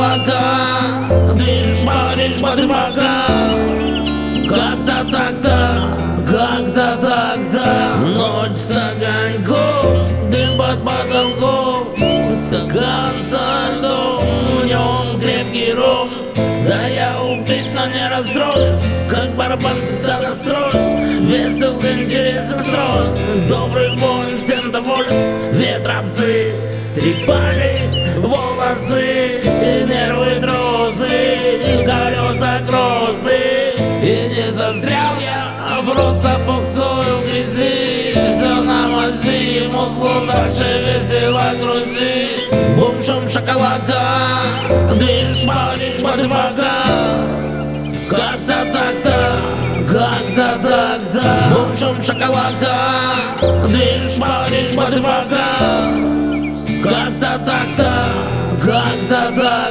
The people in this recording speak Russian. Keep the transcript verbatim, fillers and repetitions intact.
шоколада, движешь, паришь, подвага. Как-то так-то, как-то так-то. Ночь с огоньком, дым под потолком, стакан со льдом, в нем крепкий ром. Да я убит, но не расстроен, как барабан всегда настроен. Весел, интересен, строен, добрый воин, всем доволен. Ветропсы трепали волосы, и нервы тросы, и колеса кроссы. И не застрял я, а просто буксую в грязи. Все на мази, музлу дальше весело грузи. Бомжом шоколада, движешь, паришь, подвага. Как-то так-то, как-то так-то. Бомжом шоколада, движешь, паришь, подвага. Как-то так-то, как-то так-то.